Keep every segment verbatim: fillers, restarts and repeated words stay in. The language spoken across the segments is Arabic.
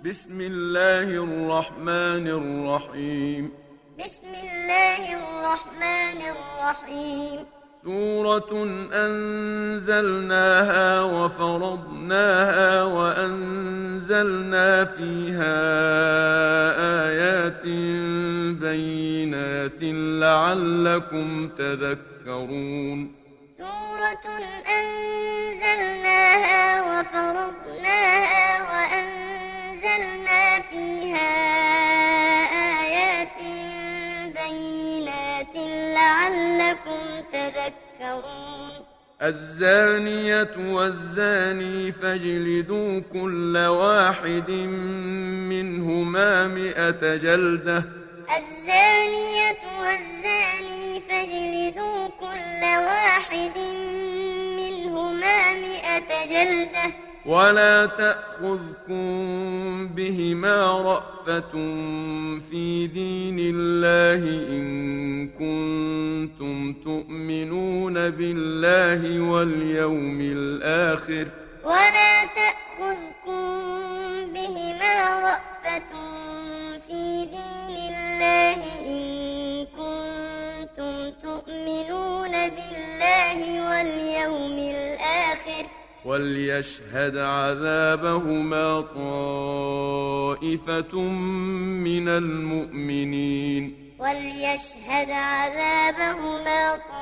بسم الله الرحمن الرحيم بسم الله الرحمن الرحيم سورة أنزلناها وفرضناها وأنزلنا فيها آيات بينات لعلكم تذكرون سورة أنزلناها وفرضناها وأنزلنا فيها آيات بينات لعلكم تذكرون الزانية والزاني فاجلدوا كل واحد منهما مئة جلدة الزانية والزاني فاجلدوا كل واحد منهما مئة جلدة ولا تأخذكم بهما رأفة في دين الله إن كنتم تؤمنون بالله واليوم الآخر ولا تأخذكم بهما رأفة في دين الله إن كنتم تؤمنون بالله واليوم الآخر وليشهد عذابهما طائفة من المؤمنين وليشهد عذابهما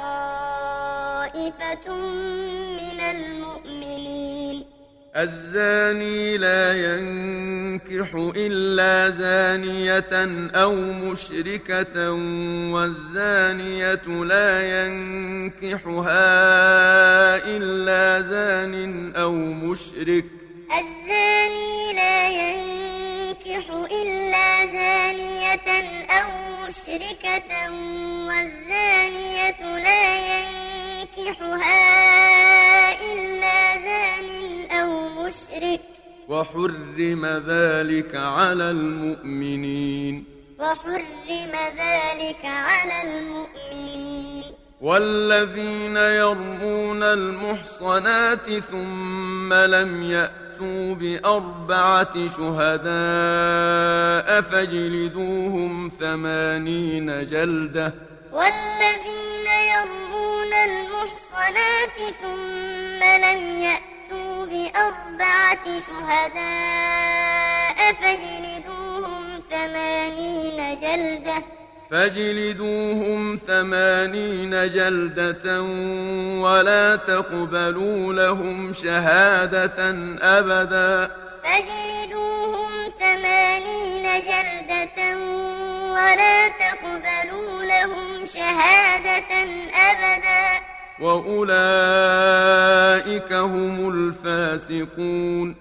طائفة من المؤمنين الزاني لا ينكح إلا زانية أو مشركة والزانية لا ينكحها إلا زان أو مشرك الزاني لا ينكح إلا زانية أو مشركة والزانية لا ينكحها إلا زان أو مشرك وحرم ذلك على المؤمنين وحرم ذلك على المؤمنين والذين يرمون المحصنات ثم لم يأتوا بأربعة شهداء فاجلدوهم ثمانين جلدة والذين يرمون المحصنات ثم لم يأتوا بأربعة شهداء فاجلدوهم ثمانين جلدة فاجلدوهم ثمانين جلدة ولا تقبلوا لهم شهادة أبدا فاجلدوهم ثمانين جلدة ولا تقبلوا لهم شهادة أبدا وأولئك هم الفاسقون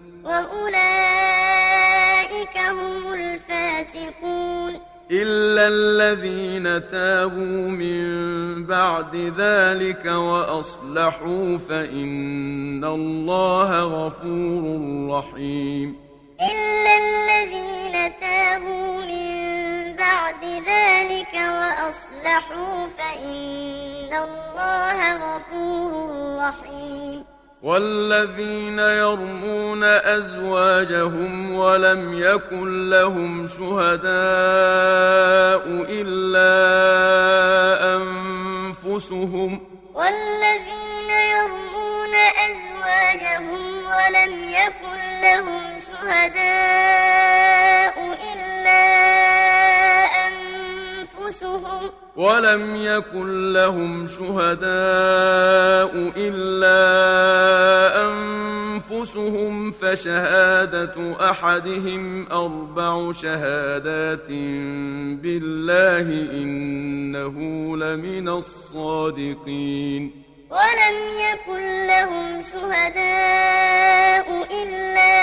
وأولئك هم الفاسقون إلا الذين تابوا من بعد ذلك وأصلحوا فإن الله غفور رحيم إلا الذين تابوا من بعد ذلك وأصلحوا فإن الله غفور رحيم والذين يرمون أزواجهم ولم يكن لهم شهداء إلا أنفسهم والذين يرمون أزواجهم ولم يكن لهم شهداء إلا أنفسهم ولم يكن لهم شهداء إلا أنفسهم فشهادة أحدهم أربع شهادات بالله إنه لمن الصادقين ولم يكن لهم شهداء إلا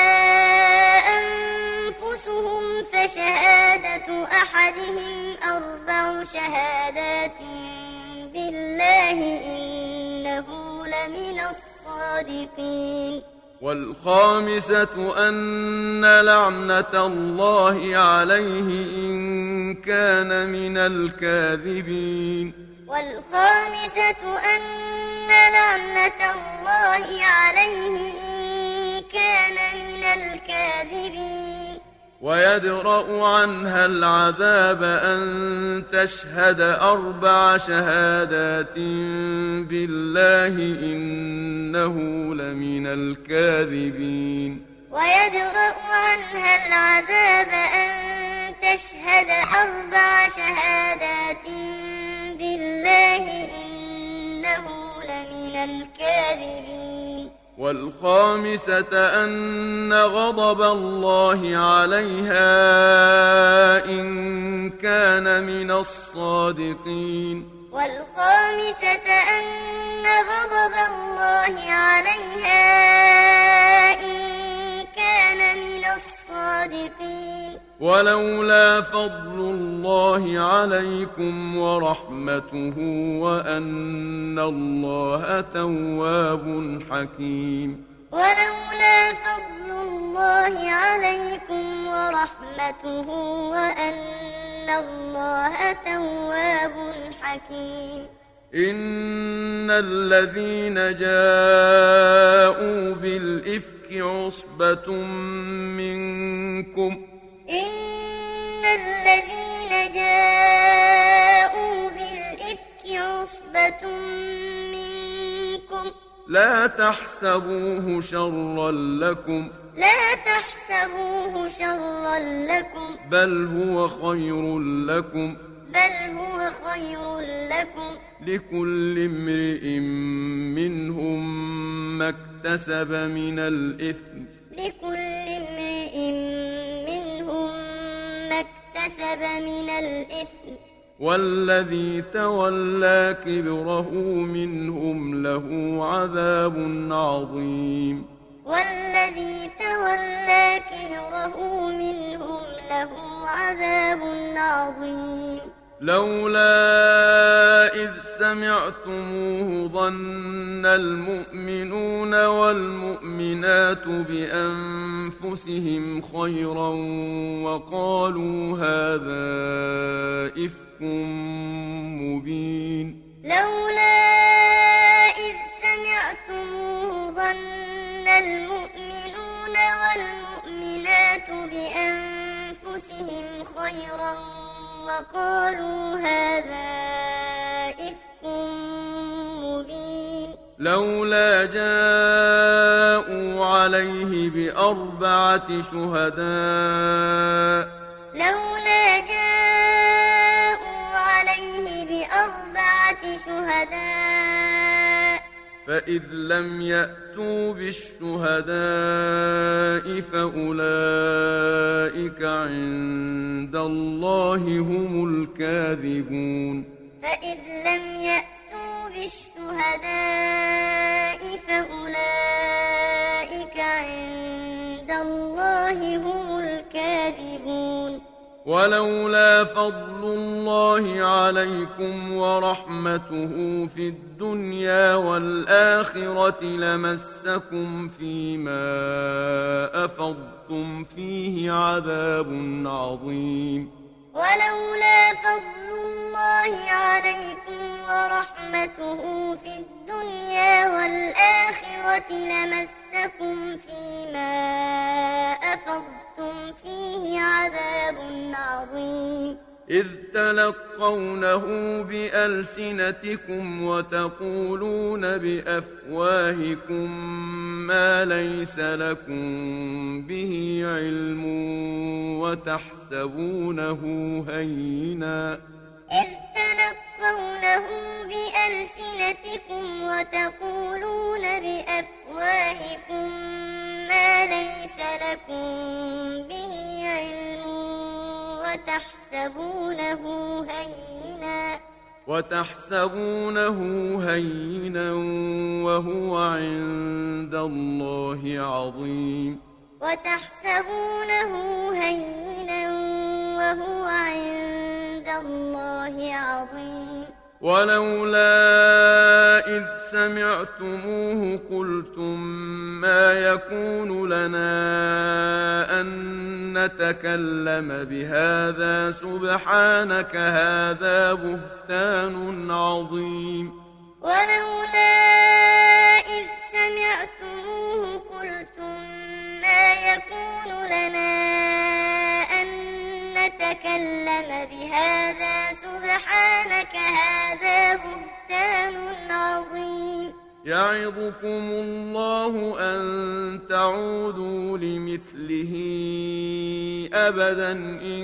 أنفسهم فشهادة أحدهم أربع شهادات بالله إنه لمن الصادقين والخامسة أن لعنة الله عليه إن كان من الكاذبين والخامسة أن لعنة الله عليه إن كان من الكاذبين ويدرأ عنها العذاب أن تشهد أربع شهادات بالله إنه لمن الكاذبين ويدرأ عنها العذاب أن تشهد أربع شهادات بالله إنه لمن الكاذبين والخامسة أن غضب الله عليها إن كان من الصادقين والخامسة أن غضب الله عليها إن كان من الصادقين ولولا فضل الله عليكم ورحمته وأن الله تواب حكيم ولولا فضل الله عليكم ورحمته وأن الله تواب حكيم إن الذين جاءوا بالإفك عصبة منكم إن الذين جاءوا بالإفك عصبة منكم لا تحسبوه شرا لكم لا تحسبوه شرا لكم بل هو خير لكم بل هو خير لكم لكل امرئ منهم ما اكتسب من الإثم لكل امرئ منهم ما اكتسب من الإثم والذي تولى كبره منهم له عذاب عظيم والذي تولى كبره منهم له عذاب عظيم لولا إذ سمعتموه ظن المؤمنون والمؤمنات بأنفسهم خيرا وقالوا هذا إفك مبين لولا إذ سمعتموه ظن المؤمنون والمؤمنات بأنفسهم خيرا وقالوا هذا إفك مبين لولا جاءوا عليه بأربعة شهداء لولا جاءوا عليه بأربعة شهداء فإذ لم يأتوا بالشهداء فأولئك عند الله هم الكاذبون فإذ لم يأتوا بالشهداء فأولئك عند الله هم الكاذبون ولولا فضل الله عليكم ورحمته في الدنيا والآخرة لمسكم فيما أفضتم فيه عذاب عظيم ولولا فضل الله عليكم ورحمته في الدنيا والآخرة لمسكم فيما أفضتم فيه عذاب عظيم إذ تلقونه بألسنتكم وتقولون بأفواهكم ما ليس لكم به علم وتحسبونه هينا إذ تلقونه بألسنتكم وتقولون بأفواهكم ما ليس لكم به علم وتحسبونه هينا وتحسبونه هينا وهو عند الله عظيم وتحسبونه هينا وهو عند الله عظيم ولولا إذ سمعتموه قلتم ما يكون لنا أن نتكلم بهذا سبحانك هذا بهتان عظيم ولولا إذ سمعتموه قلتم ما يكون لنا تكلم بهذا سبحانك هذا بهتان عظيم يعظكم الله أن تعودوا لمثله أبدا إن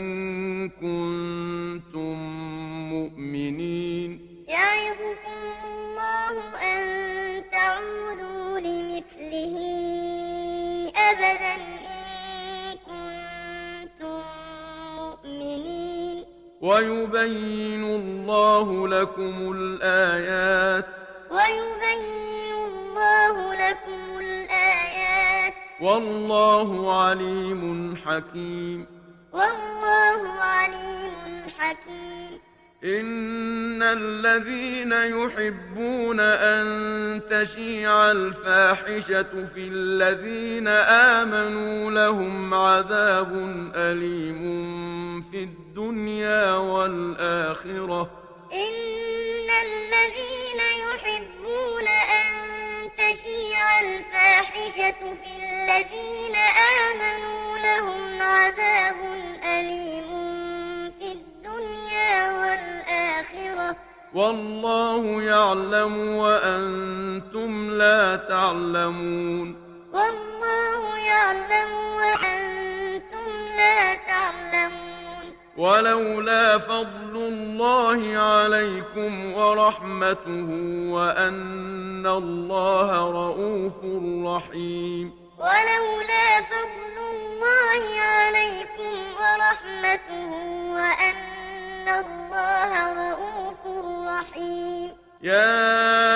كنتم مؤمنين يعظكم الله أن تعودوا لمثله أبدا إن كنتم مؤمنين ويبين الله لكم الآيات ويبين الله لكم الآيات والله عليم حكيم والله عليم حكيم إن الذين يحبون أن تشيع الفاحشة في الذين آمنوا لهم عذاب أليم في الدنيا والآخرة إن الذين يحبون أن تشيع الفاحشة في الذين آمنوا لهم عذاب أليم في الدنيا والآخرة والله يعلم وأنتم لا تعلمون والله يعلم وأنتم لا تعلمون ولولا فضل الله عليكم ورحمته وأن الله رءوف رحيم ولولا فضل الله عليكم ورحمته وأن الله رءوف رحيم يا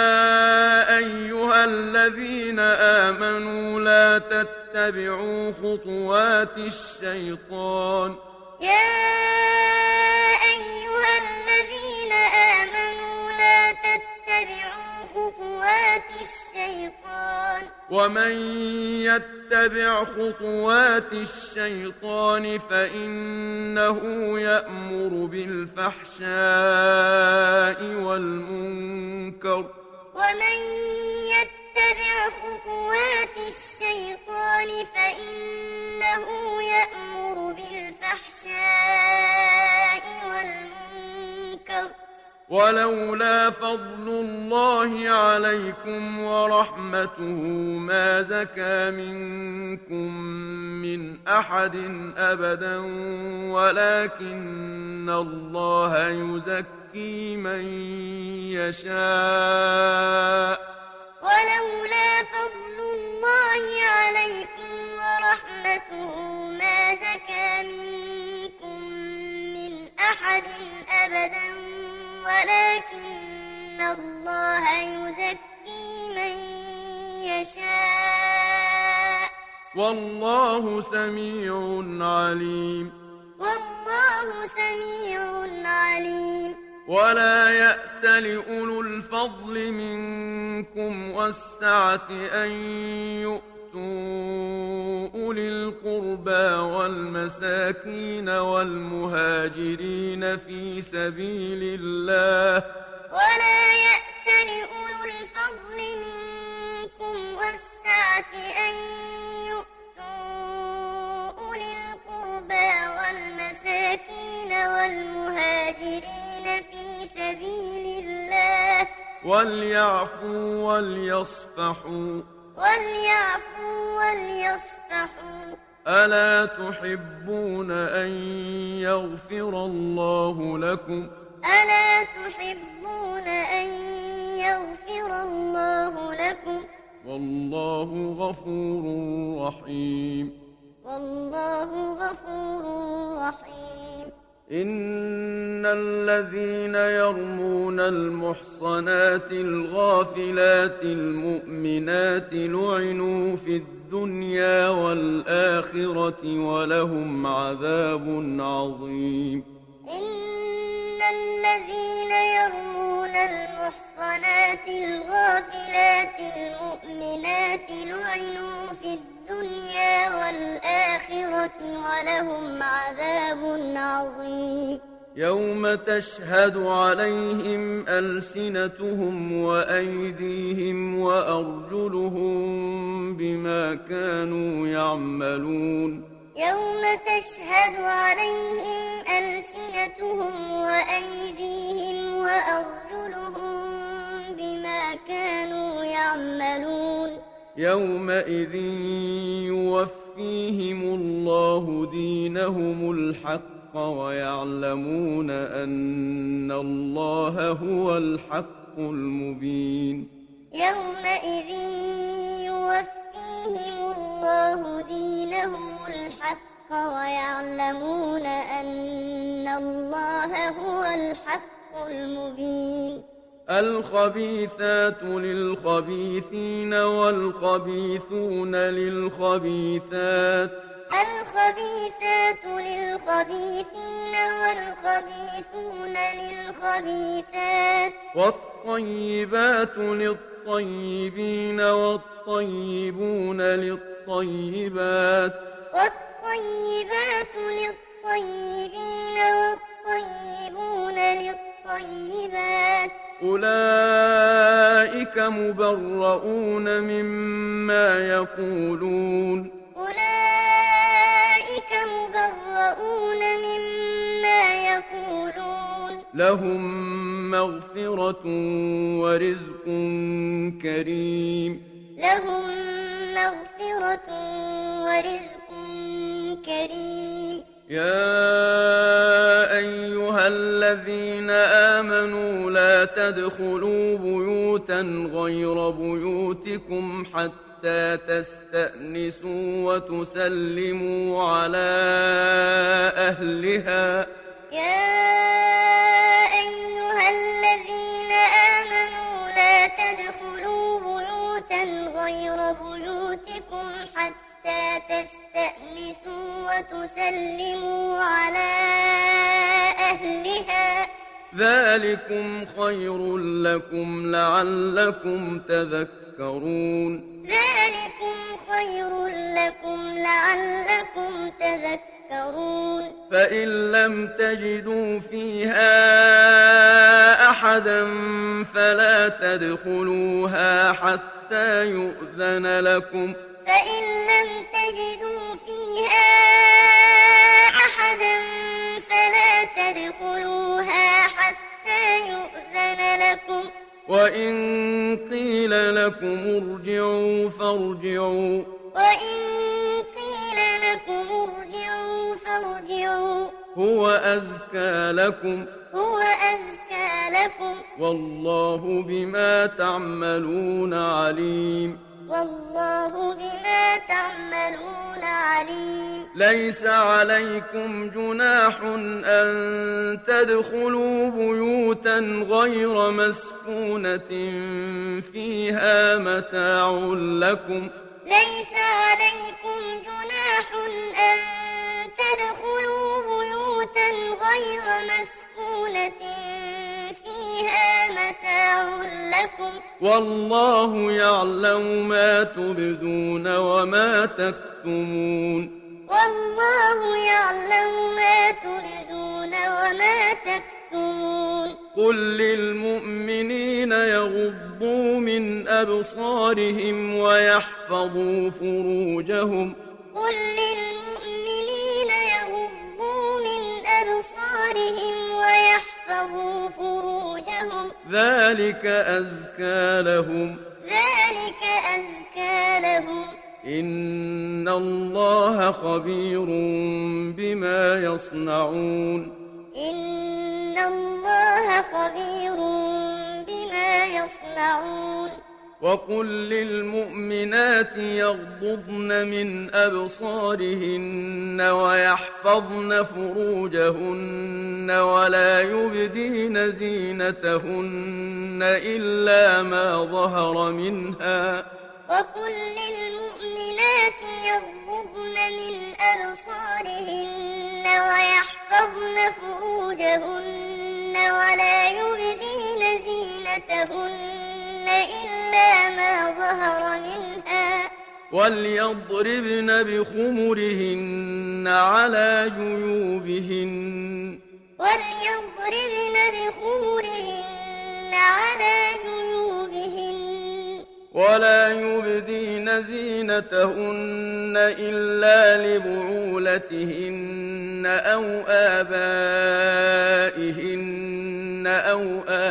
أيها الذين آمنوا لا تتبعوا خطوات الشيطان يا أيها الذين آمنوا لا تتبعوا خطوات الشيطان ومن يتبع خطوات الشيطان فإنه يأمر بالفحشاء والمنكر ومن يتبع خطوات الشيطان فإنه يأمر بالفحشاء والمنكر ولولا فضل الله عليكم ورحمته ما زكى منكم من أحد أبدا ولكن الله يزكي من يشاء ولولا فضل الله عليكم ورحمته ما زكى منكم من أحد أبدا ولكن الله يزكي من يشاء والله سميع عليم والله سميع عليم ولا يأت لأولو الفضل منكم والسعة أن يؤتوا أولي القربى والمساكين والمهاجرين في سبيل الله ولا يأت لأولو الفضل منكم والسعة أن يؤتوا أولي القربى والمساكين والمهاجرين في سبيل الله وليعفوا وليصفحوا وليعفوا وليصفحوا ألا تحبون أن يغفر الله لكم ألا تحبون أن يغفر الله لكم والله غفور رحيم والله غفور رحيم إن الذين يرمون المحصنات الغافلات المؤمنات لعنوا في الدنيا والآخرة ولهم عذاب عظيم إن الذين يرمون المحصنات الغافلات المؤمنات لعنوا في الدنيا والآخرة ولهم عذاب عظيم يوم تشهد عليهم ألسنتهم وأيديهم وأرجلهم بما كانوا يعملون يوم تشهد عليهم ألسنتهم وأيديهم وأرجلهم بما كانوا يعملون يومئذ يوفيهم الله دينهم الحق ويعلمون أن الله هو الحق المبين يومئذ يوفيهم الله دينهم الحق ويعلمون أن الله هو الحق المبين الخبيثات للخبيثين والخبيثون للخبيثات الخبيثات للخبيثين والخبيثون للخبيثات والطيبات للطيبين والطيبون للطيبات والطيبات للطيبين والطيبون للطيبات أولئك مبرؤون مما يقولون أولئك مبرؤون مما يقولون لهم مغفرة ورزق كريم لهم مغفرة ورزق كريم يا أيها الذين آمنوا لا تدخلوا بيوتا غير بيوتكم حتى تستأنسوا وتسلموا على أهلها يا أيها الذين آمنوا لا تدخلوا بيوتا غير بيوتكم حتى تستأنسوا وتسلموا على أهلها ذلكم خير لكم لعلكم تذكرون ذلكم خير لكم لعلكم تذكرون فإن لم تجدوا فيها أحدا فلا تدخلوها حتى يؤذن لكم فإن لم تجدوا فيها أحدا فلا تدخلوها حتى يؤذن لكم وإن قيل لكم ارجعوا فارجعوا وإن قيل لكم ارجعوا فارجعوا هو أزكى لكم هو أزكى لكم والله بما تعملون عليم والله بما تعملون عليم ليس عليكم جناح أن تدخلوا بيوتا غير مسكونة فيها متاع لكم ليس عليكم جناح أن تدخلوا بيوتا غير مسكونة فيها متاع لكم والله يعلم ما تبدون وما تكتمون والله يعلم ما تبدون وما تكتمون قل للمؤمنين يغضوا من أبصارهم ويحفظوا فروجهم قل للمؤمنين يغضوا من أبصارهم ويحفظوا فروجهم ذلك أزكى لهم ذلك أزكى لهم إن الله خبير بما يصنعون إن الله خبير بما يصنعون وقل للمؤمنات يغضضن من أبصارهن ويحفظن فروجهن ولا يبدين زينتهن إلا ما ظهر منها وقل للمؤمنات يغضضن من أبصارهن ويحفظن فروجهن ولا يبدين زينتهن إلا ما ظهر منها وليضربن بخمرهن على جيوبهن وليضربن بخمرهن على جيوبهن ولا يبدين زينتهن إلا لبعولتهن أو آبائهن أو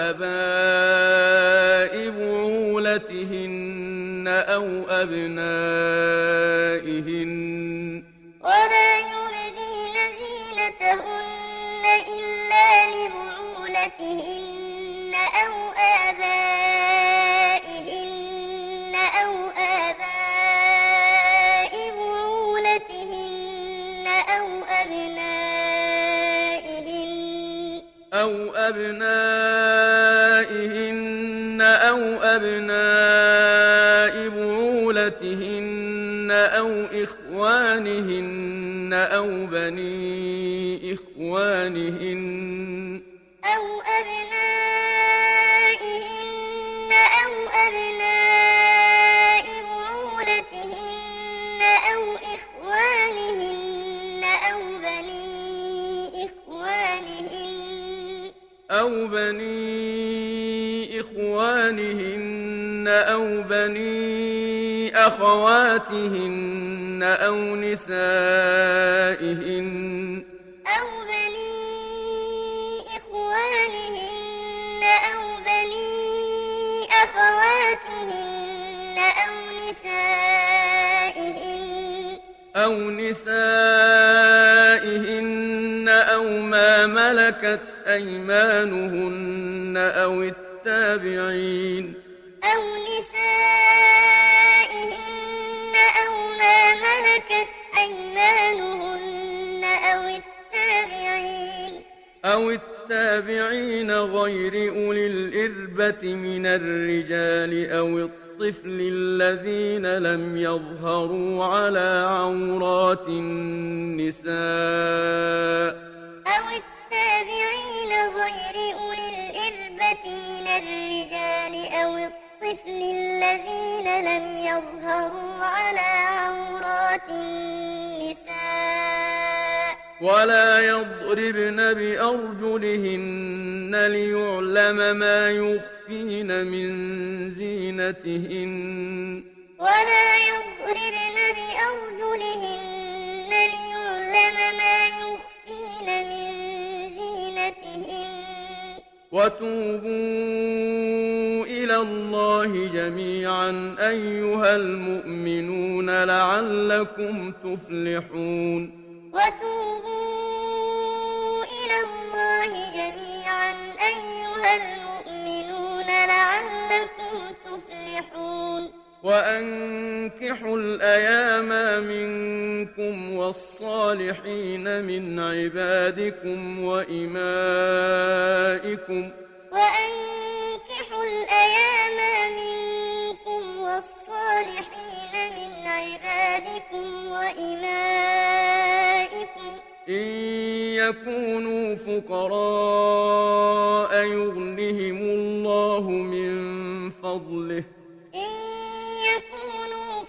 آباء بعولتهن أو أبنائهن ولا يبدين زينتهن إلا لبعولتهن أو آبائهن أو آباء بعولتهن أو أبنائهن أو أبنائهن أو أبناء بعولتهن أو إخوانهن أو بني إخوانهن أو أبنائهن أو أبناء بعولتهن أو إخوانهن أو بني إخوانهن أو بني إخوانهن أو بني أخواتهن أو نسائهن أو بني إخوانهن أو بني أخواتهن أو نسائهن أو نسائهن أو ما ملكت أيمانهن أو التابعين أو نسائهن أو ما ملكت أيمانهن أو التابعين أو التابعين غير أولي الإربة من الرجال أو الطفل الذين لم يظهروا على عورات النساء أو التابعين غير أولي الإربة من الرجال أو الطفل الذين لم يظهروا على عورات النساء ولا يضربن بأرجلهن ليعلم ما يخفين من زينتهن ولا يضربن بأرجلهن ليعلم ما يخفين من زينتهن وتوبوا إلى الله جميعا أيها المؤمنون لعلكم تفلحون وتوبوا إلى الله جميعا أيها المؤمنون لعلكم تفلحون وأنكحوا الأيام منكم والصالحين من عبادكم وإمائكم وأنكحوا الأيام منكم والصالحين من عبادكم وإمائكم إن يكونوا فقراء يغنهم الله من فضله إن يكونوا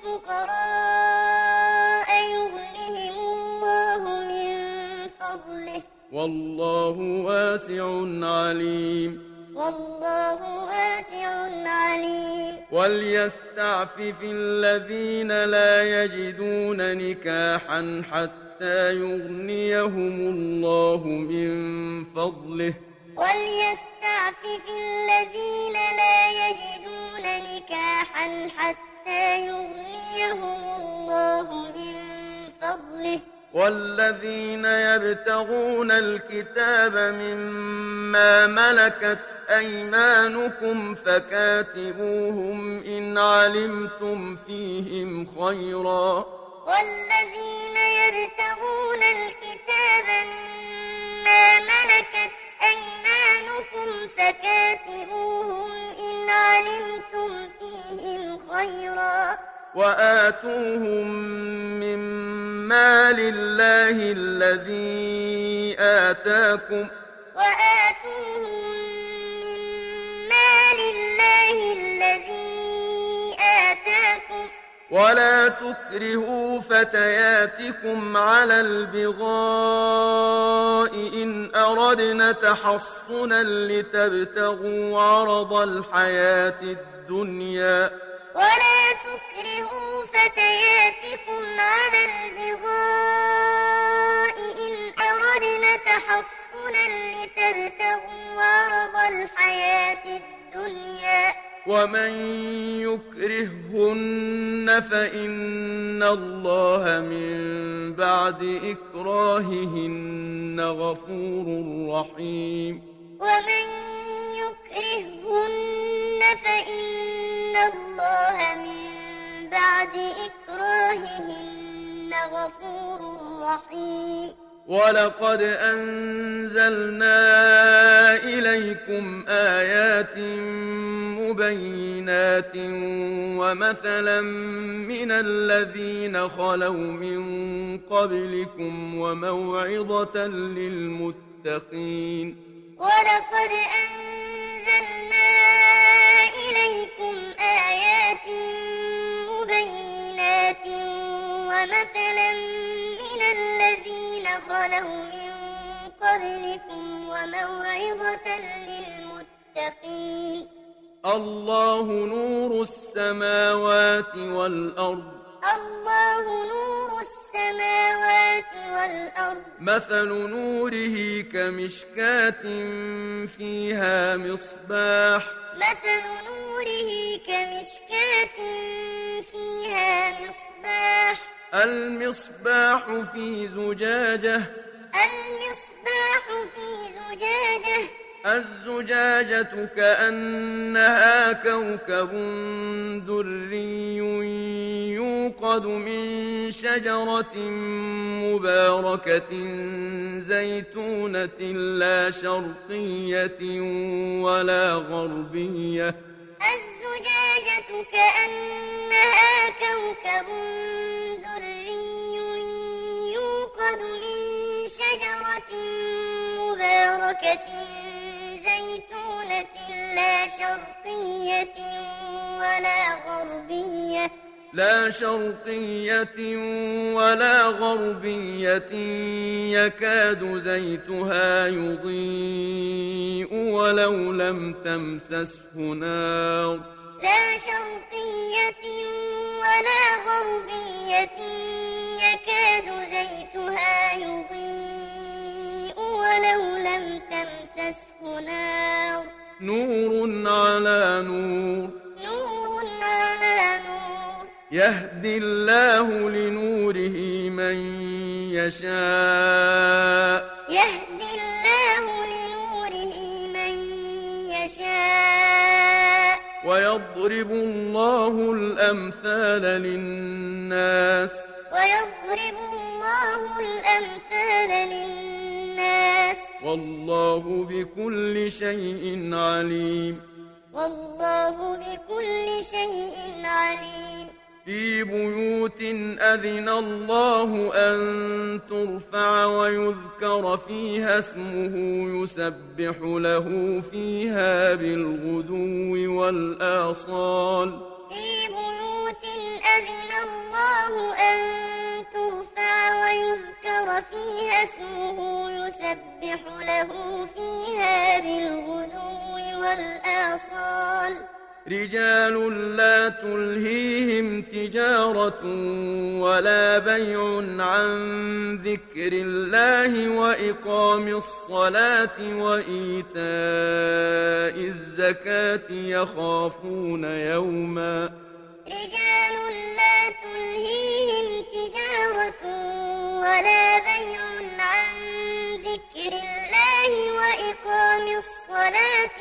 فقراء يغنهم الله من فضله والله واسع عليم والله واسع عليم وليستعفف الذين لا يجدون نكاحا حتى يغنيهم الله من فضله وليستعفف الذين لا يجدون نكاحا حتى يغنيهم الله من فضله والذين يبتغون الكتاب مما ملكت أيمانكم فكاتبوهم إن علمتم فيهم خيرا والذين يبتغون الكتاب مما ملكت أيمانكم فكاتبوهم إن علمتم فيهم خيرا وآتوهم من مال الله الذي آتاكم وآتوهم من مال الله الذي آتاكم ولا تكرهوا فتياتكم على البغاء إن أردنا تحصنا لتبتغوا عرض الحياة الدنيا ولا تكرهوا فتياتكم على البغاء إن أردنا تحصنا لتبتغوا عرض الحياة الدنيا ومن يكرههن فإن الله من بعد إكراههن غفور رحيم ومن يكرههن فإن الله من بعد إكراههن غفور رحيم ولقد أنزلنا إليكم آيات مبينات ومثلا من الذين خلوا من قبلكم وموعظة للمتقين ولقد أنزلنا إليكم آيات مبينات ومثلا من الذين خلوا من قبلكم وموعظة للمتقين الله نور السماوات والأرض الله نور السماوات والأرض مثل نوره كمشكاة فيها مصباح مثل نوره كمشكاة فيها مصباح المصباح في زجاجة المصباح في زجاجة الزجاجة كأنها كوكب دري يوقد من شجرة مباركة زيتونة لا شرقية ولا غربية الزجاجة كأنها كوكب دري يوقد من شجرة مباركة زيتونة لا شرقية ولا غربية لا شرقية ولا غربية يكاد زيتها يضيء ولو لم تمسسه نار لا شرقية ولا غربية يكاد زيتها يضيء ولو لم تمسسه نار نور على نور نور على نور يهدي الله لنوره من يشاء يهدي الله لنوره من يشاء ويضرب الله الأمثال للناس ويضرب الله الأمثال للناس والله بكل شيء عليم والله بكل شيء عليم في بيوت أذن الله أن ترفع ويذكر فيها اسمه يسبح له فيها بالغدو والآصال في بيوت أذن الله أن ترفع ويذكر فيها اسمه يسبح له فيها بالغدو والآصال رجال لا تلهيهم تجارة ولا بيع عن ذكر الله وإقام الصلاة وإيتاء الزكاة يخافون يوما رجال لا تلهيهم تجارة ولا بيع عن ذكر الله وإقام الصلاة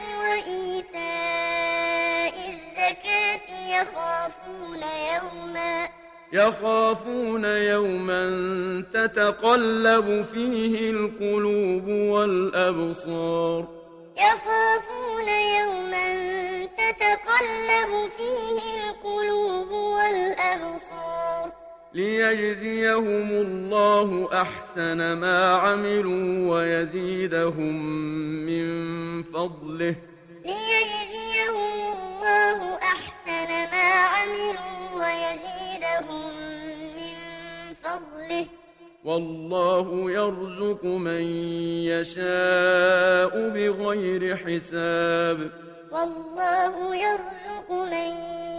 وإيتاء الزكاة يخافون يوما يخافون يوما تتقلب فيه القلوب والأبصار يخافون يوما تتقلب فيه القلوب والأبصار ليجزيهم الله أحسن ما عملوا ويزيدهم من فضله ليجزيهم الله أحسن ما عملوا ويزيدهم من فضله والله يرزق من يشاء بغير حساب والله يرزق من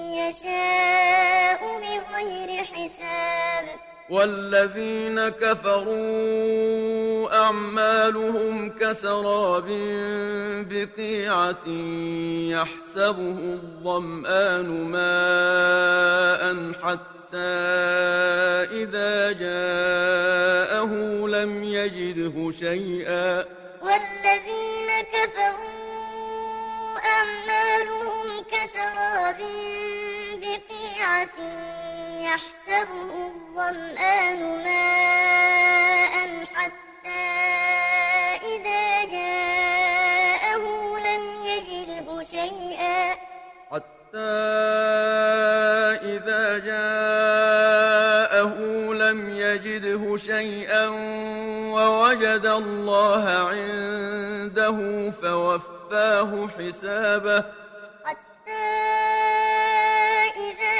يشاء بغير حساب والذين كفروا أعمالهم كسراب بقيعة يحسبه الظمآن ماء حتى إذا جاءه لم يجده شيئا والذين كفروا أعمالهم كسراب بقيعة يحسبه الظمآن ماء حتى إذا جاءه لم يجده شيئا حتى إذا جاءه لم يجده شيئا ووجد الله عنده فوفاه حسابه حتى إذا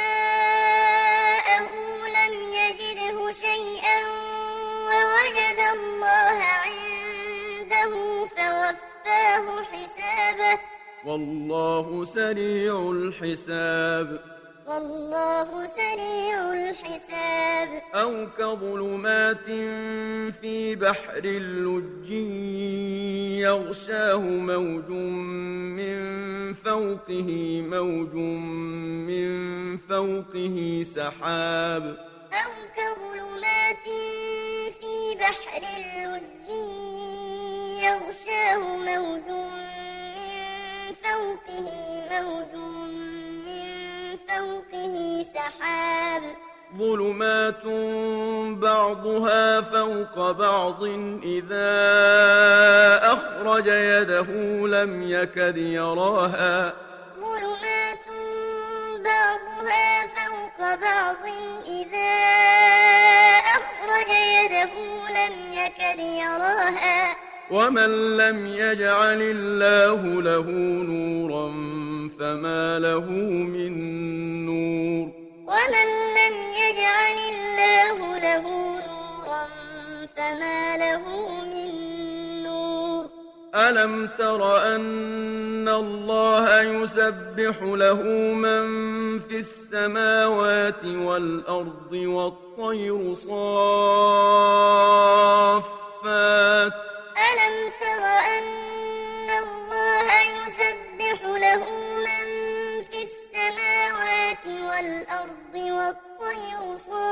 جاءه لم يجده شيئا ووجد الله عنده فوفاه حسابه والله سريع الحساب والله سريع الحساب أو كظلمات في بحر لج يغشاه موج من فوقه موج من فوقه سحاب أو كظلمات في بحر لج يغشاه موج من فوقه موج من فوقه سحاب ظلمات بعضها فوق بعض إذا أخرج يده لم يكد يراها ظلمات بعضها فوق بعض إذا أخرج يده لم يكد يراها ومن لم يجعل الله له نورا فما له من نور ومن لم يجعل الله له نورا فما له من نور ألم تر أن الله يسبح له من في السماوات والأرض والطير صافات ألم تر أن الله يسبح له من في السماوات والأرض والطير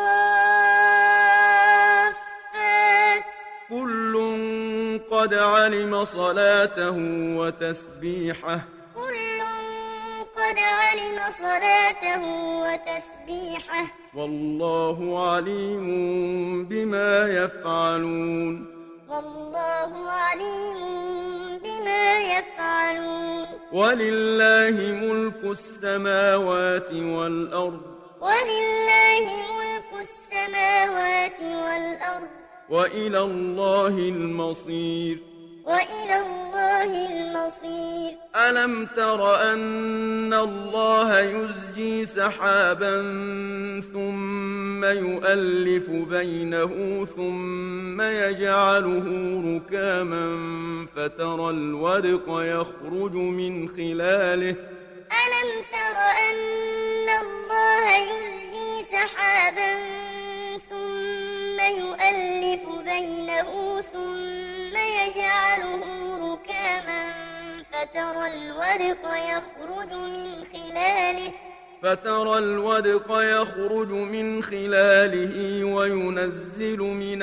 صافات كل قد علم صلاته وتسبيحه كل قد علم صلاته وتسبيحه والله عليم بما يفعلون والله عليم بما يفعلون ولله ملك السماوات والأرض ولله ملك السماوات والأرض وإلى الله المصير وإلى الله المصير ألم تر أن الله يزجي سحابا ثم يؤلف بينه ثم يجعله ركاما فترى الودق يخرج من خلاله ألم تر أن الله يزجي سحابا ثم يؤلف بينه ثم يجعله ركاما فترى الودق يخرج من خلاله فترى الودق يخرج من خلاله وينزل من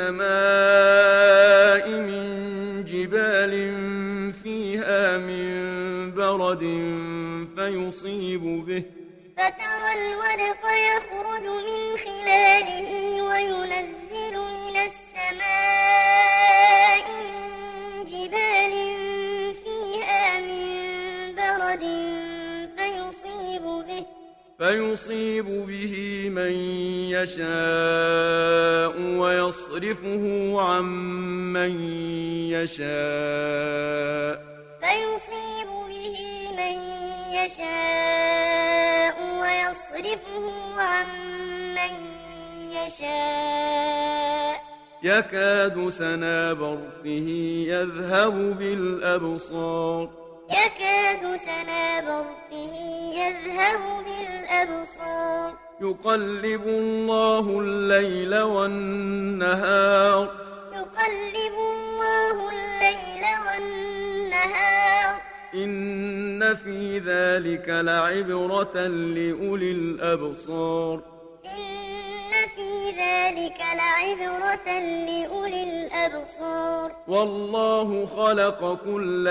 السماء من جبال فيها من برد فيصيب به فترى الودق يخرج من خلاله وينزل من السماء من جبال فيها من برد فيصيب به فيصيب به من يشاء ويصرفه عن من يشاء فيصيب به من يشاء ويصرفه عن من يشاء يكاد سنا برقه يذهب بالأبصار يكاد سنا برقه يذهب بالأبصار يقلب الله الليل والنهار يقلب الله الليل والنهار إن في ذلك لعبرة لأولي الأبصار إن في ذلك لعبرة لأولي الأبصار والله خلق كل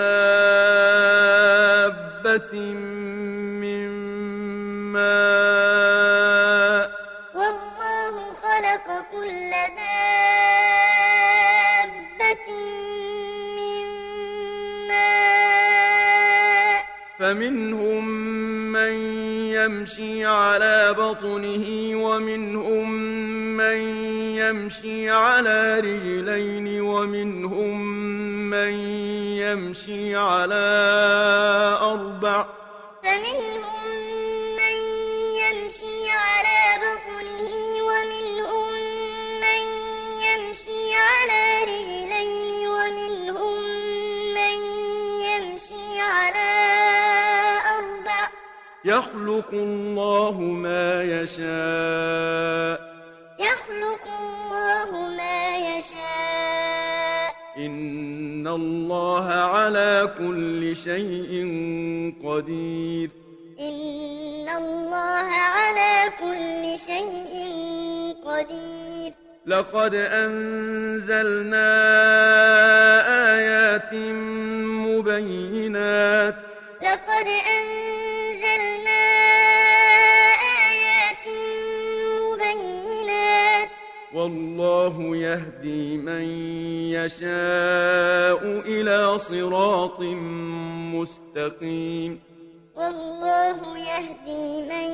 دابة من ماء والله خلق كل دابة من ماء فمنهم من يمشي على بطنه ومنهم من يمشي على رجلين ومنهم من يمشي على أربع فمنهم من يمشي على بطنه ومنهم من يمشي على رجلين ومنهم من يمشي على أربع يخلق الله ما يشاء يخلق الله ما يشاء إن الله على كل شيء قدير إن الله على كل شيء قدير لقد أنزلنا آيات مبينات لقد أنزلنا آيات مبينات والله يهدي من يشاء إلى صراط مستقيم والله يهدي من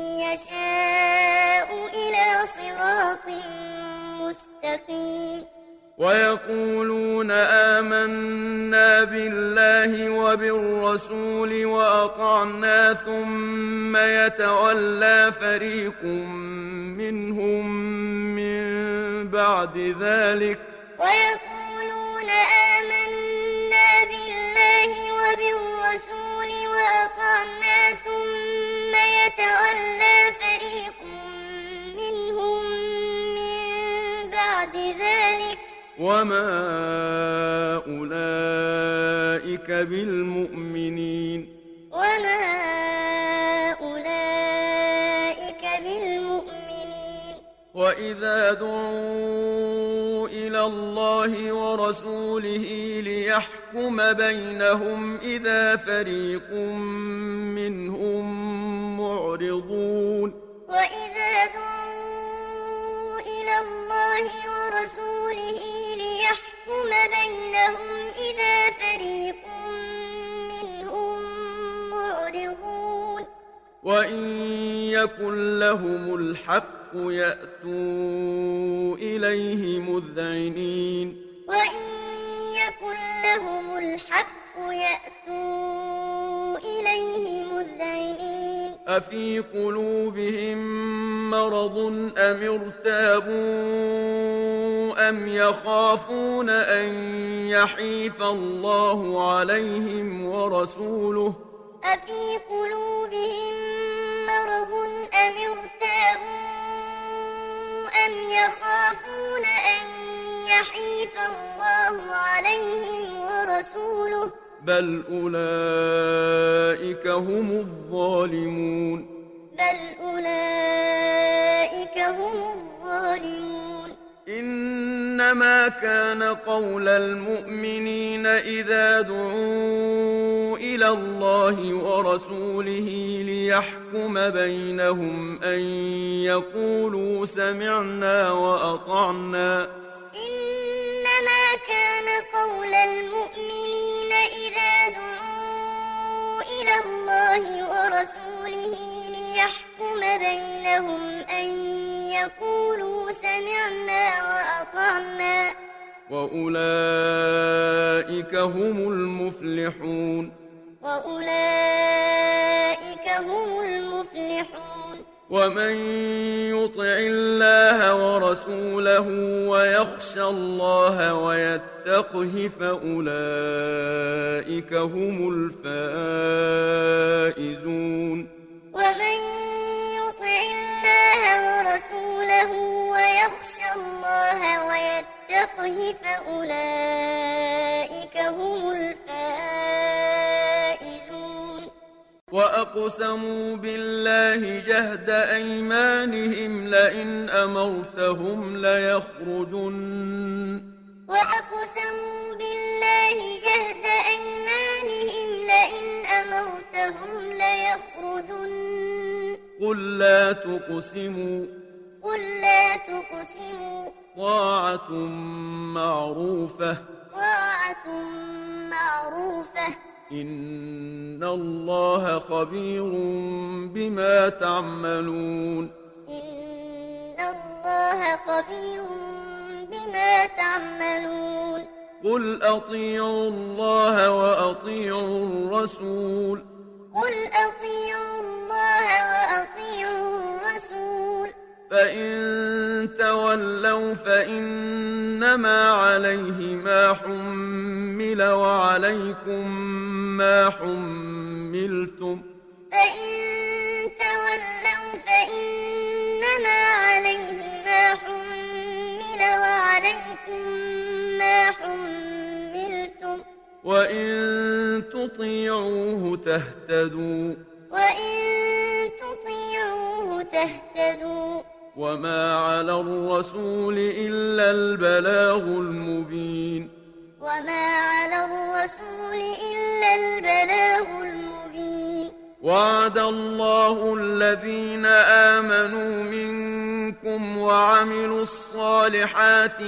يشاء إلى صراط مستقيم ويقولون آمنا بالله وبالرسول وأطعنا ثم يتولى فريق منهم من بعد ذلك ويقولون آمنا بالله وبالرسول وأطعنا ثم يتولى فريق منهم من بعد ذلك وما أولئك بالمؤمنين وما أولئك بالمؤمنين وإذا دعوا إلى الله ورسوله ليحكم بينهم إذا فريق منهم معرضون وإذا دعوا إلى الله ورسوله ليحكم بينهم إذا فريق منهم معرضون وإن يكن لهم الحق يأتوا إليه مذعنين وإن يكن لهم الحق يأتوا إليه مذعنين أفي قلوبهم مرض أم ارتابوا أم يخافون أن يحيف الله عليهم ورسوله أفي قلوبهم مرض أم ارتابوا أم يخافون أن يحيف الله عليهم ورسوله بل أولئك هم الظالمون بل أولئك هم الظالمون إنما كان قول المؤمنين إذا دعوا إلى الله ورسوله ليحكم بينهم أن يقولوا سمعنا وأطعنا إنما كان قول المؤمنين إذا دعوا إلى الله ورسوله ليحكم بينهم أن يقولوا سمعنا وأطعنا وأولئك هم المفلحون وأولئك هم المفلحون ومن يطع الله ورسوله ويخشى يخشى الله ويتقه فأولئك هم الفائزون ومن يطع الله ورسوله ويخشى الله ويتقه فأولئك هم الفائزون وأقسموا بالله جهد أيمانهم لئن أمرتهم ليخرجن وأقسموا بالله جهد أيمانهم لئن أمرتهم ليخرجن قل لا تقسموا قل لا تقسموا طاعة معروفة طاعة معروفة إن الله خبير بما تعملون إن الله خبير بما تعملون قل أطيعوا الله وأطيعوا الرسول قل أطيعوا الله وأطيعوا الرسول فإن تولوا فإنما عليه ما حمل وعليكم ما حملتم فإن تولوا فإنما عليه ما حمل وعليكم ما حملتم وإن تطيعوه تهتدوا وإن تطيعوه تهتدوا وما على الرسول إلا البلاغ المبين وما على الرسول إلا البلاغ المبين وعد الله الذين آمنوا منكم وعملوا الصالحات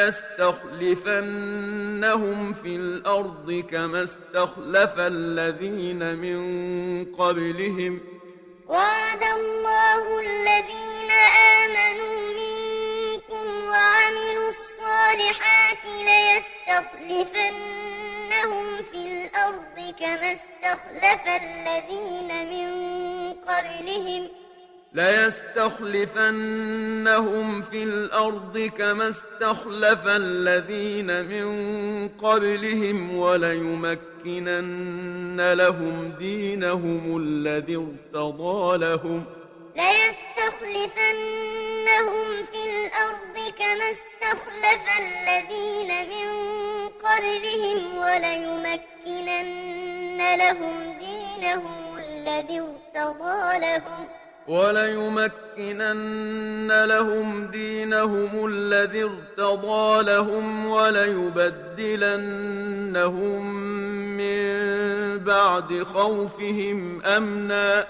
ليستخلفنهم في الأرض كما استخلف الذين من قبلهم وعد الله الذين آمنوا منكم وعملوا الصالحات ليستخلفنهم في الأرض كما استخلف الذين من قبلهم ليستخلفنهم في الأرض كما استخلف الذين من قبلهم وليمكنن لهم دينهم الذي ارتضى لهم ليستخلفنهم في الأرض كما استخلف الذين من قبلهم وليمكنن لهم دينهم الذي ارتضى لهم وليمكنن لهم دينهم الذي ارتضى لهم وليبدلنهم من بعد خوفهم أمنا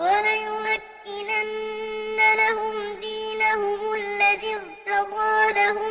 وليمكنن لهم دينهم الذي ارتضى لهم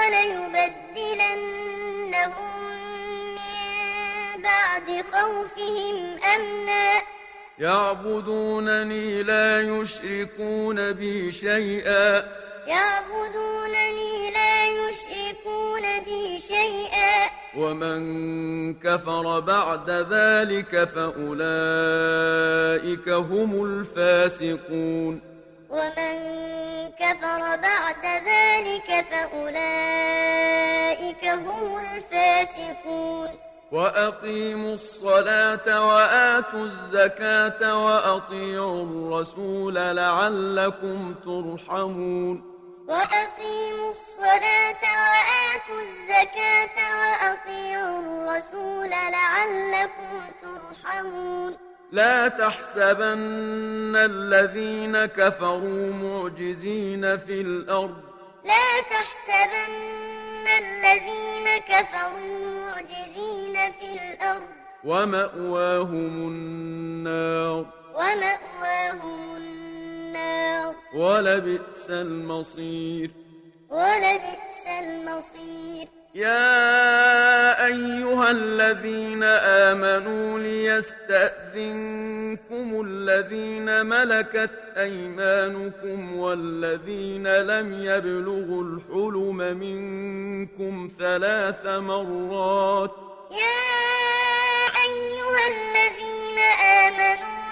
وليبدلنهم من بعد خوفهم أمنا يعبدونني لا يشركون بي شيئا يعبدونني لا يشركون بي شيئا ومن كفر بعد ذلك فأولئك هم الفاسقون ومن كفر بعد ذلك فأولئك هم الفاسقون وأقيموا الصلاة وآتوا الزكاة وأطيعوا الرسول لعلكم ترحمون وأقيموا الصلاة وآتوا الزكاة وأطيعوا الرسول لعلكم ترحمون لا تحسبن الذين كفروا معجزين في الأرض لا تحسبن الذين كفروا معجزين في الأرض ومأواهم النار ومأواهم النار ولبئس المصير ولبئس المصير يا أيها الذين آمنوا ليستأذنكم الذين ملكت أيمانكم والذين لم يبلغوا الحلم منكم ثلاث مرات يا أيها الذين آمنوا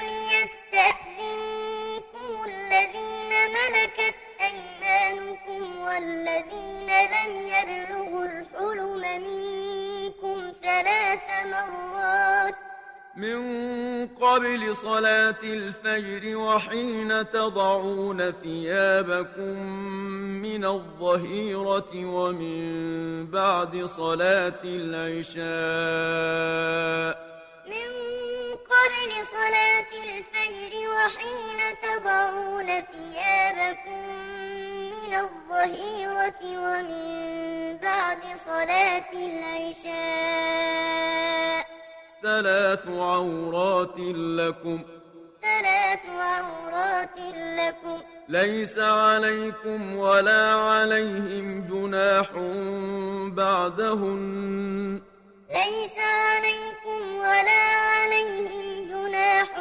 ليستأذنكم الذين ملكت أيمانكم والذين لم يبلغوا الحلم منكم ثلاث مرات من قبل صلاة الفجر وحين تضعون ثيابكم من الظهيرة ومن بعد صلاة العشاء من قبل صلاة الفجر وحين تضعون ثيابكم من الظهيرة ومن بعد صلاة العشاء ثلاث عورات لكم ثلاث عورات لكم ليس عليكم ولا عليهم جناح بعدهن ليس عليكم ولا عليهم جناح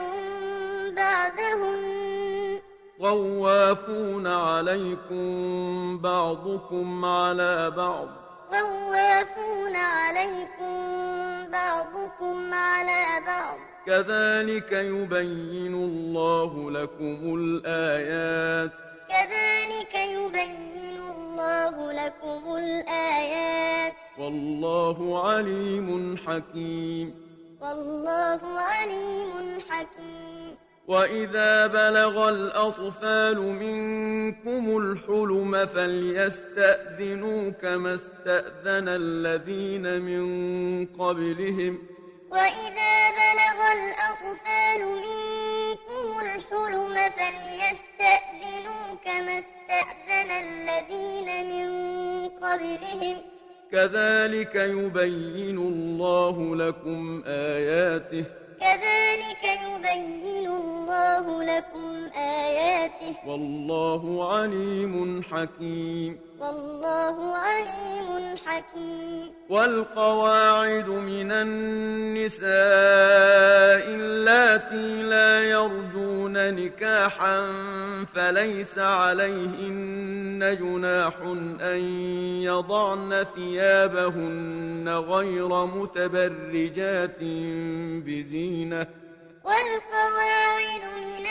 بعدهن طوافون عليكم بعضكم على بعض طوافون عليكم بعضكم على بعض كذلك يبين الله لكم الآيات كذلك يبين الله لكم الآيات والله عليم حكيم والله عليم حكيم وإذا بلغ الأطفال منكم الحلم فليستأذنوا كما استأذن الذين من قبلهم وإذا بلغ الأطفال منكم الحلم فليستأذنوا كما استأذن الذين من قبلهم كذلك يبين الله لكم آياته كذلك يبين الله لكم آياته والله عليم حكيم والله عليم حكيم والقواعد من النساء اللاتي لا يرجون نكاحا فليس عليهن جناح أن يضعن ثيابهن غير متبرجات بزينة والقواعد من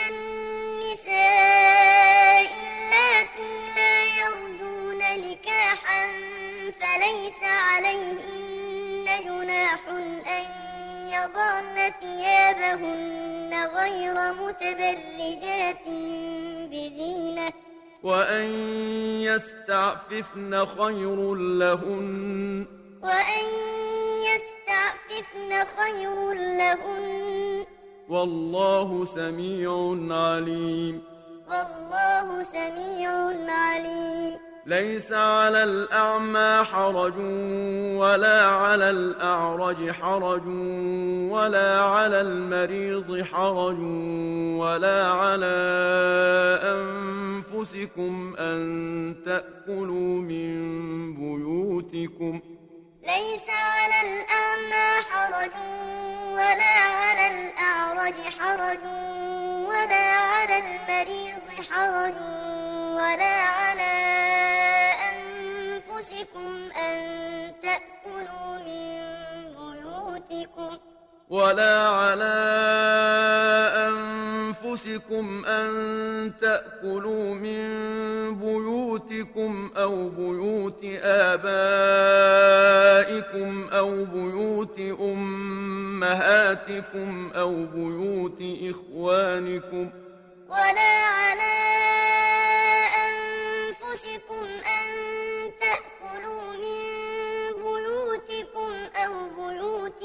النساء اللاتي لا يرجون نكاحا فليس عليهن جناح أن يضعن ثيابهن غير متبرجات بزينة وأن يستعففن خير لهن وأن يستعففن خير لهن والله سميع عليم والله سميع عليم ليس على الأعمى حرج ولا على الأعرج حرج ولا على المريض حرج ولا على أنفسكم أن تأكلوا من بيوتكم ليس على الأعمى حرج ولا على الأعرج حرج ولا على المريض حرج ولا على أنفسكم أن تأكلوا من بيوتكم ولا على أنفسكم أن تأكلوا من بيوتكم أو بيوت آبائكم أو بيوت أمهاتكم أو بيوت إخوانكم ولا على أنفسكم أن تأكلوا من بيوتكم أو بيوت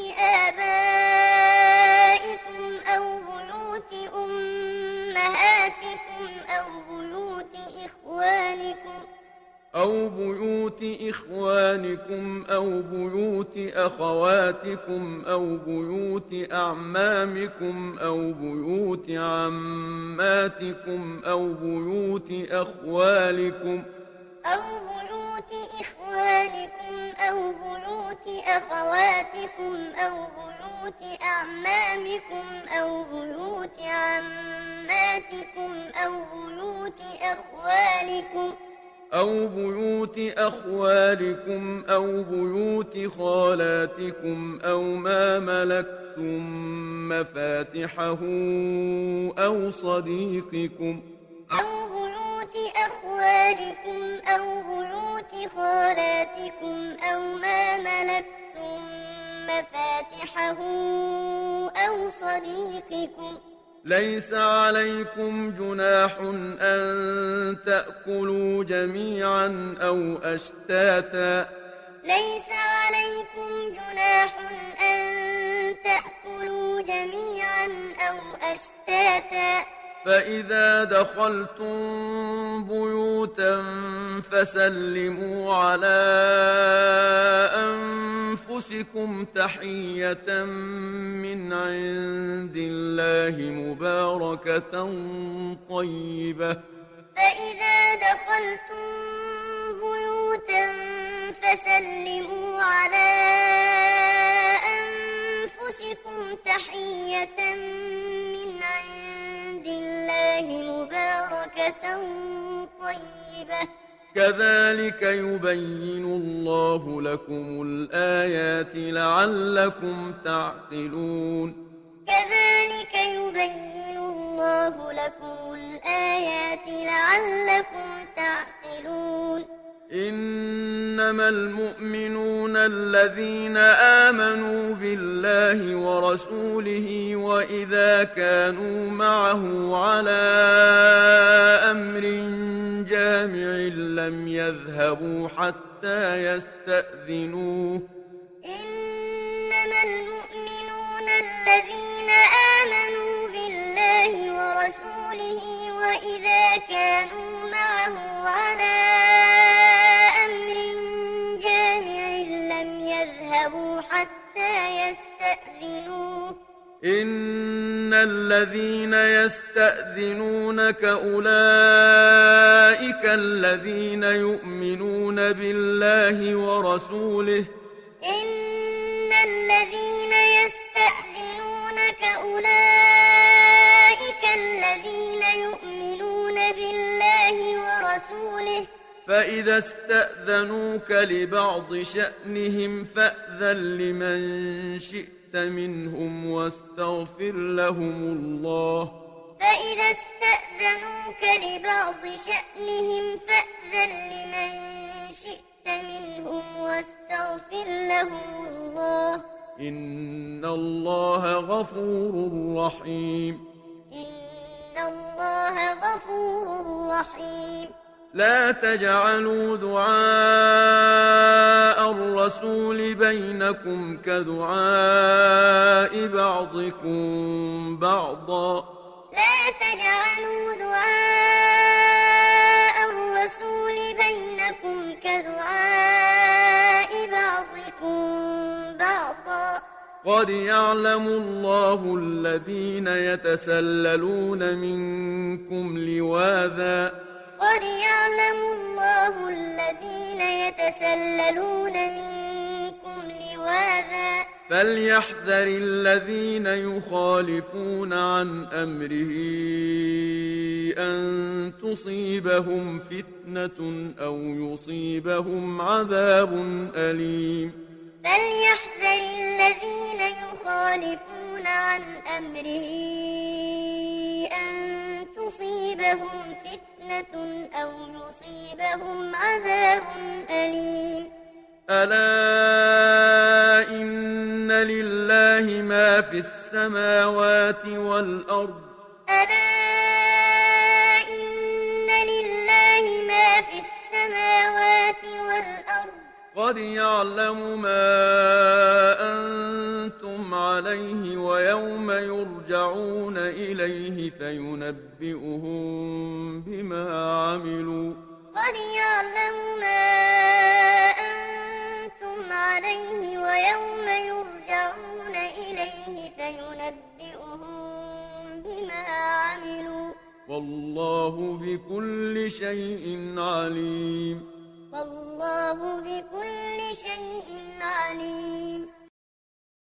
آبائكم أو بيوت أمهاتكم أو بيوت إخوانكم أو بيوت إخوانكم أو بيوت أخواتكم أو بيوت أعمامكم أو بيوت عماتكم أو بيوت أخوالكم أو بيوت إخوانكم أو بيوت أخواتكم أو بيوت أعمامكم أو بيوت عماتكم أو بيوت أخوالكم أو بيوت أخوالكم أو بيوت خالاتكم أو ما ملكتم مفاتحه أو صديقكم أو بيوت أخوالكم أو بيوت خالاتكم أو ما ملكتم مفاتحه أو صديقكم. ليس عليكم جناح أن تأكلوا جميعا أو أشتاتا. ليس عليكم جناح أن تأكلوا جميعا أو أشتاتا. فإذا دخلتم بيوتا فسلموا على أنفسكم تحية من عند الله مباركة طيبة. فإذا دخلتم بيوتا فسلموا على أنفسكم تحية من عند الله مباركة طيبة. كذلك يبين الله لكم الآيات لعلكم تعقلون. كذلك يبين الله لكم الآيات لعلكم تعقلون. إنما المؤمنون الذين آمنوا بالله ورسوله وإذا كانوا معه على أمر جامع لم يذهبوا حتى يستأذنوه. إنما المؤمنون الذين آمنوا بالله ورسوله وإذا كانوا معه على أمر جامع لم يذهبوا حتى يستأذنوه. إن الذين يستأذنونك أولئك الذين يؤمنون بالله ورسوله. إن الذين يستأذنونك أولئك الذين يؤمنون بالله ورسوله. فإذا استأذنوك لبعض شأنهم فأذن لمن شئت منهم واستغفر لهم الله. فإذا استأذنوك لبعض شأنهم فأذن لمن شئت منهم واستغفر لهم الله. إن الله غفور رحيم. إن الله غفور رحيم. لا تجعلوا دعاء الرسول بينكم كدعاء بعضكم بعضا. لا تجعلوا دعاء الرسول بينكم كدعاء بعضكم بعضا. قد يعلم الله الذين يتسللون منكم لواذا. قد يعلم الله الذين يتسللون منكم لواذا. فليحذر الذين يخالفون عن أمره أن تصيبهم فتنة أو يصيبهم عذاب أليم. فليحذر الذين يخالفون عن أمره أن تصيبهم فتنة أو يصيبهم عذاب أليم. ألا إن لله ما في السماوات والأرض. ألا إن لله ما في السماوات والأرض. قد يعلم ما أنتم عليه ويوم يرجعون إليه فينبئهم بما عملوا. قد يعلم ما أنتم عليه ويوم يرجعون إليه فينبئهم بما عملوا. والله بكل شيء عليم. والله بكل شيء عليم.